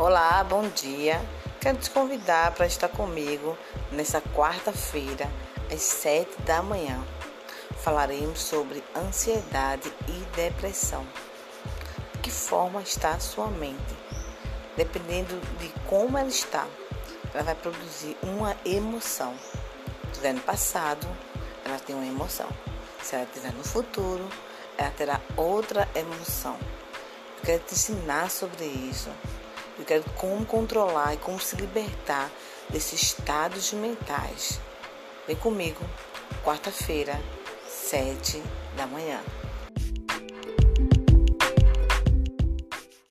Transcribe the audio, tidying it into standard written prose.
Olá, bom dia. Quero te convidar para estar comigo nessa quarta-feira, às 7 da manhã. Falaremos sobre ansiedade e depressão. De que forma está a sua mente? Dependendo de como ela está, ela vai produzir uma emoção. Se estiver no passado, ela tem uma emoção. Se ela estiver no futuro, ela terá outra emoção. Eu quero te ensinar sobre isso. Eu quero como controlar e como se libertar desses estados mentais. Vem comigo, quarta-feira, 7 da manhã.